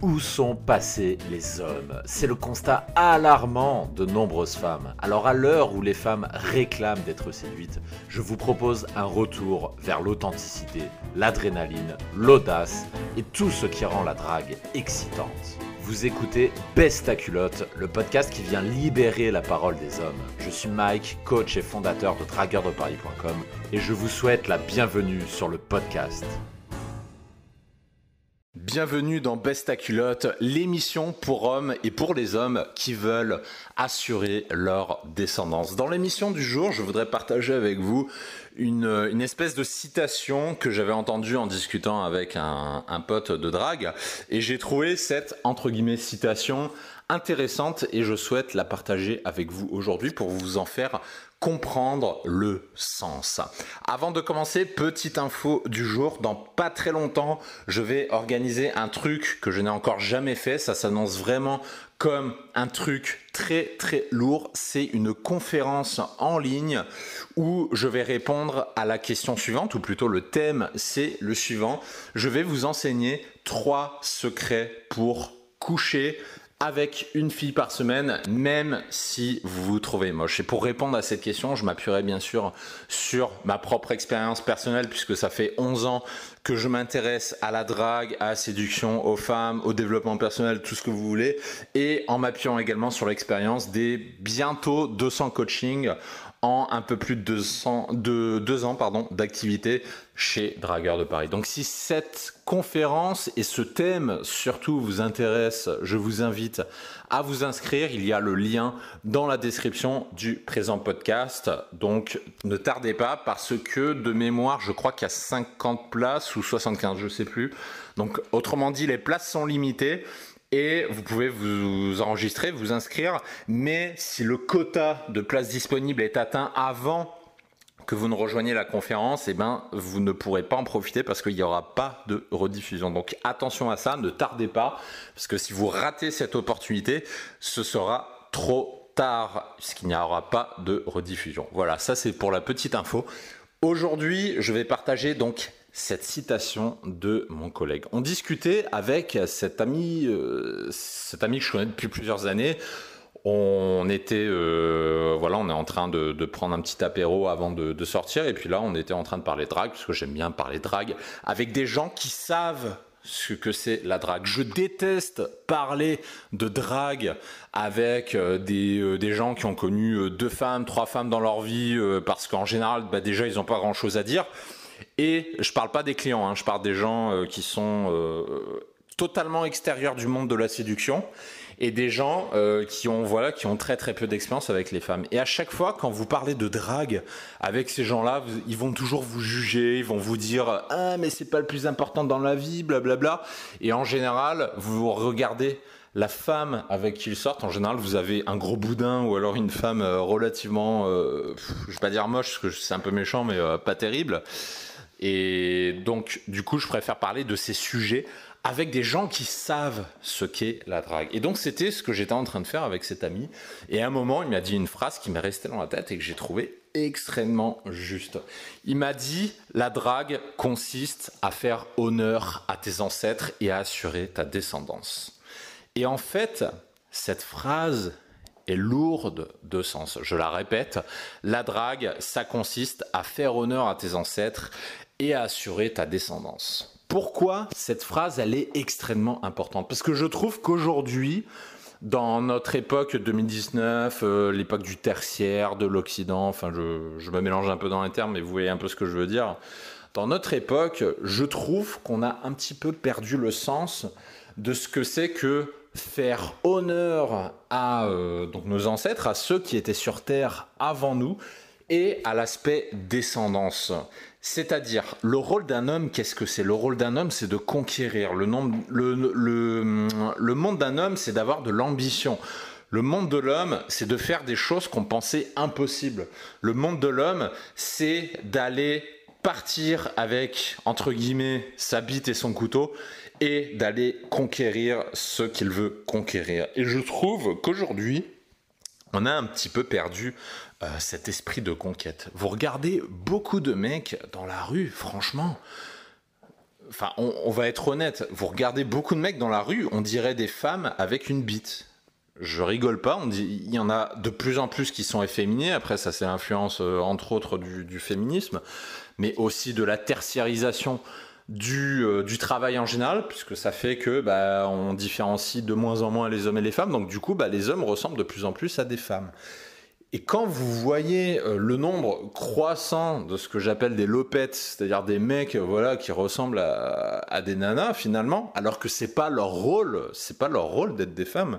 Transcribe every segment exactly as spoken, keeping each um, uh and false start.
Où sont passés les hommes? C'est le constat alarmant de nombreuses femmes. Alors à l'heure où les femmes réclament d'être séduites, je vous propose un retour vers l'authenticité, l'adrénaline, l'audace et tout ce qui rend la drague excitante. Vous écoutez Baisse ta culotte, le podcast qui vient libérer la parole des hommes. Je suis Mike, coach et fondateur de dragueur de paris point com et je vous souhaite la bienvenue sur le podcast. Bienvenue dans Baisse ta culotte, l'émission pour hommes et pour les hommes qui veulent assurer leur descendance. Dans l'émission du jour, je voudrais partager avec vous une, une espèce de citation que j'avais entendue en discutant avec un, un pote de drague et j'ai trouvé cette, entre guillemets, citation intéressante et je souhaite la partager avec vous aujourd'hui pour vous en faire comprendre le sens. Avant de commencer, petite info du jour, dans pas très longtemps, je vais organiser un truc que je n'ai encore jamais fait, ça s'annonce vraiment comme un truc très très lourd, c'est une conférence en ligne où je vais répondre à la question suivante, ou plutôt le thème c'est le suivant, je vais vous enseigner trois secrets pour coucher avec une fille par semaine, même si vous vous trouvez moche. Et pour répondre à cette question, je m'appuierai bien sûr sur ma propre expérience personnelle, puisque ça fait onze ans que je m'intéresse à la drague, à la séduction, aux femmes, au développement personnel, tout ce que vous voulez, et en m'appuyant également sur l'expérience des bientôt deux cents coachings en un peu plus de deux cents, de deux ans pardon, d'activité chez Dragueur de Paris. Donc si cette conférence et ce thème surtout vous intéresse, je vous invite à vous inscrire. Il y a le lien dans la description du présent podcast. Donc ne tardez pas parce que de mémoire, je crois qu'il y a cinquante places ou soixante-quinze, je ne sais plus. Donc autrement dit, les places sont limitées. Et vous pouvez vous enregistrer, vous inscrire, mais si le quota de places disponibles est atteint avant que vous ne rejoigniez la conférence, eh ben, vous ne pourrez pas en profiter parce qu'il n'y aura pas de rediffusion. Donc attention à ça, ne tardez pas, parce que si vous ratez cette opportunité, ce sera trop tard, puisqu'il n'y aura pas de rediffusion. Voilà, ça c'est pour la petite info. Aujourd'hui, je vais partager donc cette citation de mon collègue. On discutait avec cet ami, euh, cet ami que je connais depuis plusieurs années. On était, euh, voilà, on est en train de, de prendre un petit apéro avant de, de sortir. Et puis là, on était en train de parler drague, parce que j'aime bien parler drague, avec des gens qui savent ce que c'est la drague. Je déteste parler de drague avec euh, des, euh, des gens qui ont connu euh, deux femmes, trois femmes dans leur vie, euh, parce qu'en général, bah, déjà, ils n'ont pas grand-chose à dire. Et je parle pas des clients, hein, je parle des gens euh, qui sont euh, totalement extérieurs du monde de la séduction et des gens euh, qui ont voilà qui ont très très peu d'expérience avec les femmes. Et à chaque fois, quand vous parlez de drague avec ces gens-là, vous, ils vont toujours vous juger, ils vont vous dire ah mais c'est pas le plus important dans la vie, blablabla. Et en général, vous regardez la femme avec qui ils sortent, en général, vous avez un gros boudin ou alors une femme euh, relativement, euh, je vais pas dire moche parce que c'est un peu méchant, mais euh, pas terrible. Et donc, du coup, je préfère parler de ces sujets avec des gens qui savent ce qu'est la drague. Et donc, c'était ce que j'étais en train de faire avec cet ami. Et à un moment, il m'a dit une phrase qui m'est restée dans la tête et que j'ai trouvée extrêmement juste. Il m'a dit « La drague consiste à faire honneur à tes ancêtres et à assurer ta descendance. » Et en fait, cette phrase est lourde de sens. Je la répète, la drague, ça consiste à faire honneur à tes ancêtres et à assurer ta descendance. Pourquoi cette phrase, elle est extrêmement importante? Parce que je trouve qu'aujourd'hui, dans notre époque deux mille dix-neuf, euh, l'époque du tertiaire, de l'Occident, enfin je, je me mélange un peu dans les termes, mais vous voyez un peu ce que je veux dire. Dans notre époque, je trouve qu'on a un petit peu perdu le sens de ce que c'est que faire honneur à euh, donc nos ancêtres, à ceux qui étaient sur Terre avant nous, et à l'aspect descendance. C'est-à-dire, le rôle d'un homme, qu'est-ce que c'est? Le rôle d'un homme, c'est de conquérir. Le, nom, le, le, le monde d'un homme, c'est d'avoir de l'ambition. Le monde de l'homme, c'est de faire des choses qu'on pensait impossibles. Le monde de l'homme, c'est d'aller partir avec, entre guillemets, sa bite et son couteau, et d'aller conquérir ce qu'il veut conquérir. Et je trouve qu'aujourd'hui, on a un petit peu perdu euh, cet esprit de conquête. Vous regardez beaucoup de mecs dans la rue, franchement, enfin, on, on va être honnête, vous regardez beaucoup de mecs dans la rue, on dirait des femmes avec une bite. Je rigole pas, on dit, il y en a de plus en plus qui sont efféminés, après ça c'est l'influence euh, entre autres du, du féminisme, mais aussi de la tertiarisation du, euh, du travail en général, puisque ça fait que bah, on différencie de moins en moins les hommes et les femmes, donc du coup bah, les hommes ressemblent de plus en plus à des femmes. Et quand vous voyez euh, le nombre croissant de ce que j'appelle des lopettes, c'est-à-dire des mecs euh, voilà, qui ressemblent à, à des nanas finalement, alors que c'est pas leur rôle, c'est pas leur rôle d'être des femmes,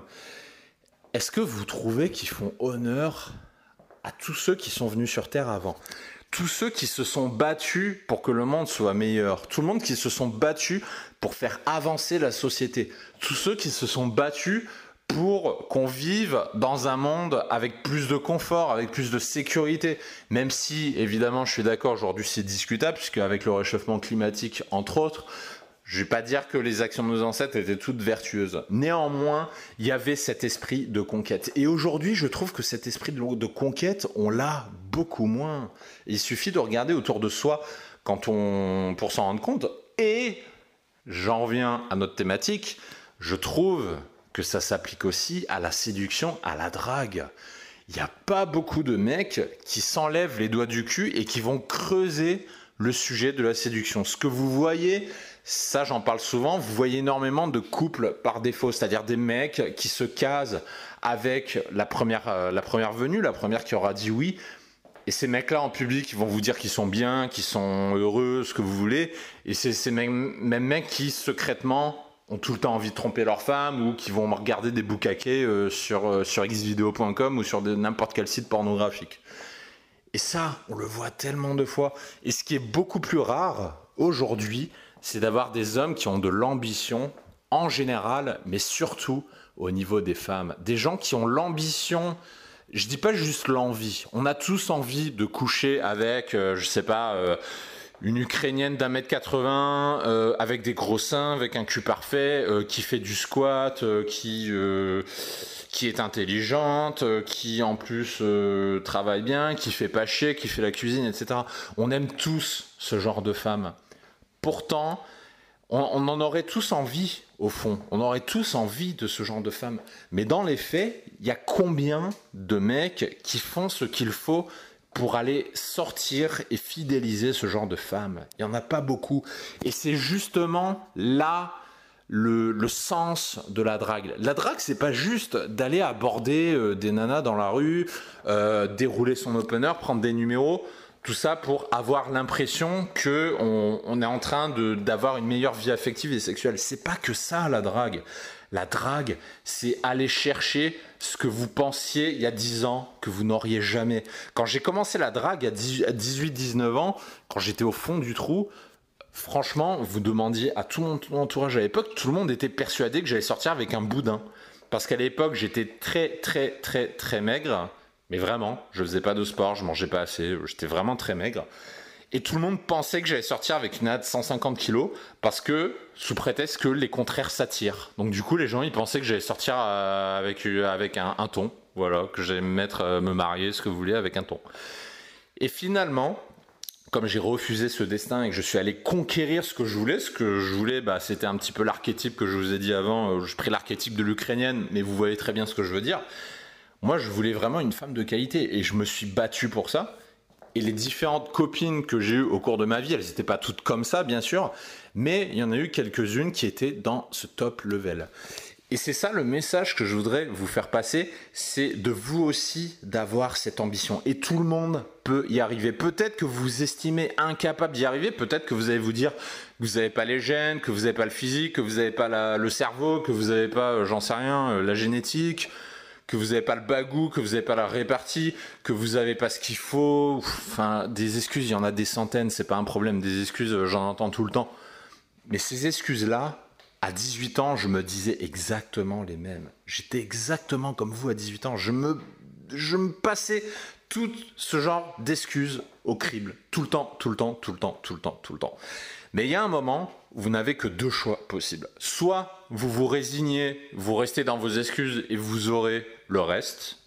est-ce que vous trouvez qu'ils font honneur à tous ceux qui sont venus sur Terre avant ? Tous ceux qui se sont battus pour que le monde soit meilleur, tout le monde qui se sont battus pour faire avancer la société, tous ceux qui se sont battus pour qu'on vive dans un monde avec plus de confort, avec plus de sécurité, même si, évidemment, je suis d'accord, aujourd'hui c'est discutable, puisque avec le réchauffement climatique, entre autres, je ne vais pas dire que les actions de nos ancêtres étaient toutes vertueuses. Néanmoins, il y avait cet esprit de conquête. Et aujourd'hui, je trouve que cet esprit de, de conquête, on l'a beaucoup moins. Il suffit de regarder autour de soi quand on, pour s'en rendre compte. Et j'en reviens à notre thématique, je trouve que ça s'applique aussi à la séduction, à la drague. Il n'y a pas beaucoup de mecs qui s'enlèvent les doigts du cul et qui vont creuser le sujet de la séduction. Ce que vous voyez, ça j'en parle souvent, vous voyez énormément de couples par défaut, c'est-à-dire des mecs qui se casent avec la première, euh, la première venue, la première qui aura dit oui. Et ces mecs-là en public, ils vont vous dire qu'ils sont bien, qu'ils sont heureux, ce que vous voulez. Et c'est ces mêmes, mêmes mecs qui secrètement ont tout le temps envie de tromper leur femme ou qui vont regarder des boucaquets euh, sur, euh, sur xvideo point com ou sur de, n'importe quel site pornographique. Et ça, on le voit tellement de fois. Et ce qui est beaucoup plus rare aujourd'hui, c'est d'avoir des hommes qui ont de l'ambition en général, mais surtout au niveau des femmes. Des gens qui ont l'ambition, je dis pas juste l'envie. On a tous envie de coucher avec, euh, je sais pas... Euh, une Ukrainienne d'un mètre quatre-vingts, euh, avec des gros seins, avec un cul parfait, euh, qui fait du squat, euh, qui, euh, qui est intelligente, euh, qui en plus euh, travaille bien, qui fait pas chier, qui fait la cuisine, et cetera. On aime tous ce genre de femmes. Pourtant, on, on en aurait tous envie, au fond. On aurait tous envie de ce genre de femmes. Mais dans les faits, il y a combien de mecs qui font ce qu'il faut pour aller sortir et fidéliser ce genre de femmes? Il n'y en a pas beaucoup. Et c'est justement là le, le sens de la drague. La drague, c'est pas juste d'aller aborder euh, des nanas dans la rue, euh, dérouler son opener, prendre des numéros, tout ça pour avoir l'impression qu'on on est en train de, d'avoir une meilleure vie affective et sexuelle. C'est pas que ça, la drague. La drague, c'est aller chercher ce que vous pensiez il y a dix ans que vous n'auriez jamais. Quand j'ai commencé la drague à dix-huit dix-neuf ans, quand j'étais au fond du trou, franchement, vous demandiez à tout mon entourage à l'époque, tout le monde était persuadé que j'allais sortir avec un boudin. Parce qu'à l'époque, j'étais très, très, très, très maigre. Mais vraiment, je faisais pas de sport, je mangeais pas assez, j'étais vraiment très maigre. Et tout le monde pensait que j'allais sortir avec une nana de cent cinquante kilos parce que, sous prétexte que les contraires s'attirent. Donc du coup, les gens, ils pensaient que j'allais sortir euh, avec, avec un, un ton. Voilà, que j'allais me mettre, euh, me marier, ce que vous voulez, avec un ton. Et finalement, comme j'ai refusé ce destin et que je suis allé conquérir ce que je voulais, ce que je voulais, bah, c'était un petit peu l'archétype que je vous ai dit avant. Euh, je pris l'archétype de l'Ukrainienne, mais vous voyez très bien ce que je veux dire. Moi, je voulais vraiment une femme de qualité et je me suis battu pour ça. Et les différentes copines que j'ai eues au cours de ma vie, elles n'étaient pas toutes comme ça, bien sûr, mais il y en a eu quelques-unes qui étaient dans ce top level. Et c'est ça le message que je voudrais vous faire passer, c'est de vous aussi d'avoir cette ambition. Et tout le monde peut y arriver. Peut-être que vous vous estimez incapable d'y arriver, peut-être que vous allez vous dire que vous n'avez pas les gènes, que vous n'avez pas le physique, que vous n'avez pas la, le cerveau, que vous n'avez pas, j'en sais rien, la génétique, que vous n'avez pas le bagou, que vous n'avez pas la répartie, que vous n'avez pas ce qu'il faut. Enfin, des excuses, il y en a des centaines, c'est pas un problème. Des excuses, j'en entends tout le temps. Mais ces excuses-là, à dix-huit ans, je me disais exactement les mêmes. J'étais exactement comme vous à dix-huit ans. Je me, je me passais tout ce genre d'excuses au crible. Tout le temps, tout le temps, tout le temps, tout le temps, tout le temps. Mais il y a un moment où vous n'avez que deux choix possibles. Soit vous vous résignez, vous restez dans vos excuses et vous aurez le reste.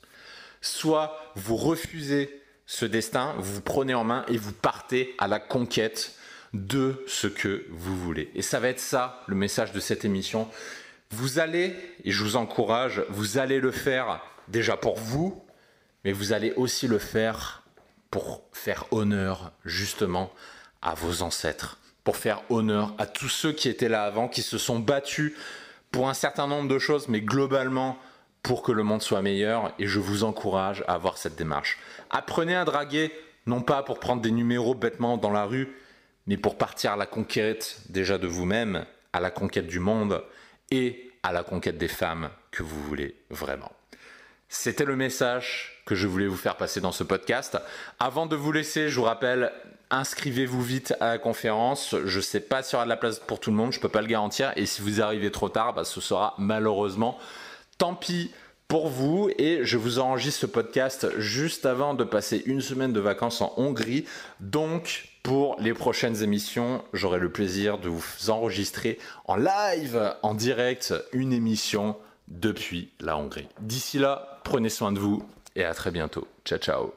Soit vous refusez ce destin, vous vous prenez en main et vous partez à la conquête de ce que vous voulez. Et ça va être ça, le message de cette émission. Vous allez, et je vous encourage, vous allez le faire déjà pour vous, mais vous allez aussi le faire pour faire honneur justement à vos ancêtres, pour faire honneur à tous ceux qui étaient là avant, qui se sont battus pour un certain nombre de choses, mais globalement pour que le monde soit meilleur. Et je vous encourage à avoir cette démarche. Apprenez à draguer, non pas pour prendre des numéros bêtement dans la rue, mais pour partir à la conquête déjà de vous-même, à la conquête du monde et à la conquête des femmes que vous voulez vraiment. C'était le message que je voulais vous faire passer dans ce podcast. Avant de vous laisser, je vous rappelle, inscrivez-vous vite à la conférence. Je ne sais pas s'il y aura de la place pour tout le monde, je ne peux pas le garantir. Et si vous arrivez trop tard, bah, ce sera malheureusement tant pis pour vous. Et je vous enregistre ce podcast juste avant de passer une semaine de vacances en Hongrie. Donc, pour les prochaines émissions, j'aurai le plaisir de vous enregistrer en live, en direct, une émission depuis la Hongrie. D'ici là, prenez soin de vous et à très bientôt. Ciao, ciao.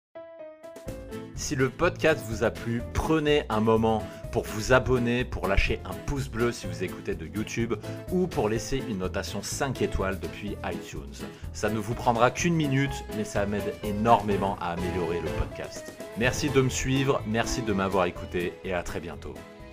Si le podcast vous a plu, prenez un moment pour vous abonner, pour lâcher un pouce bleu si vous écoutez de YouTube ou pour laisser une notation cinq étoiles depuis iTunes. Ça ne vous prendra qu'une minute, mais ça m'aide énormément à améliorer le podcast. Merci de me suivre, merci de m'avoir écouté et à très bientôt.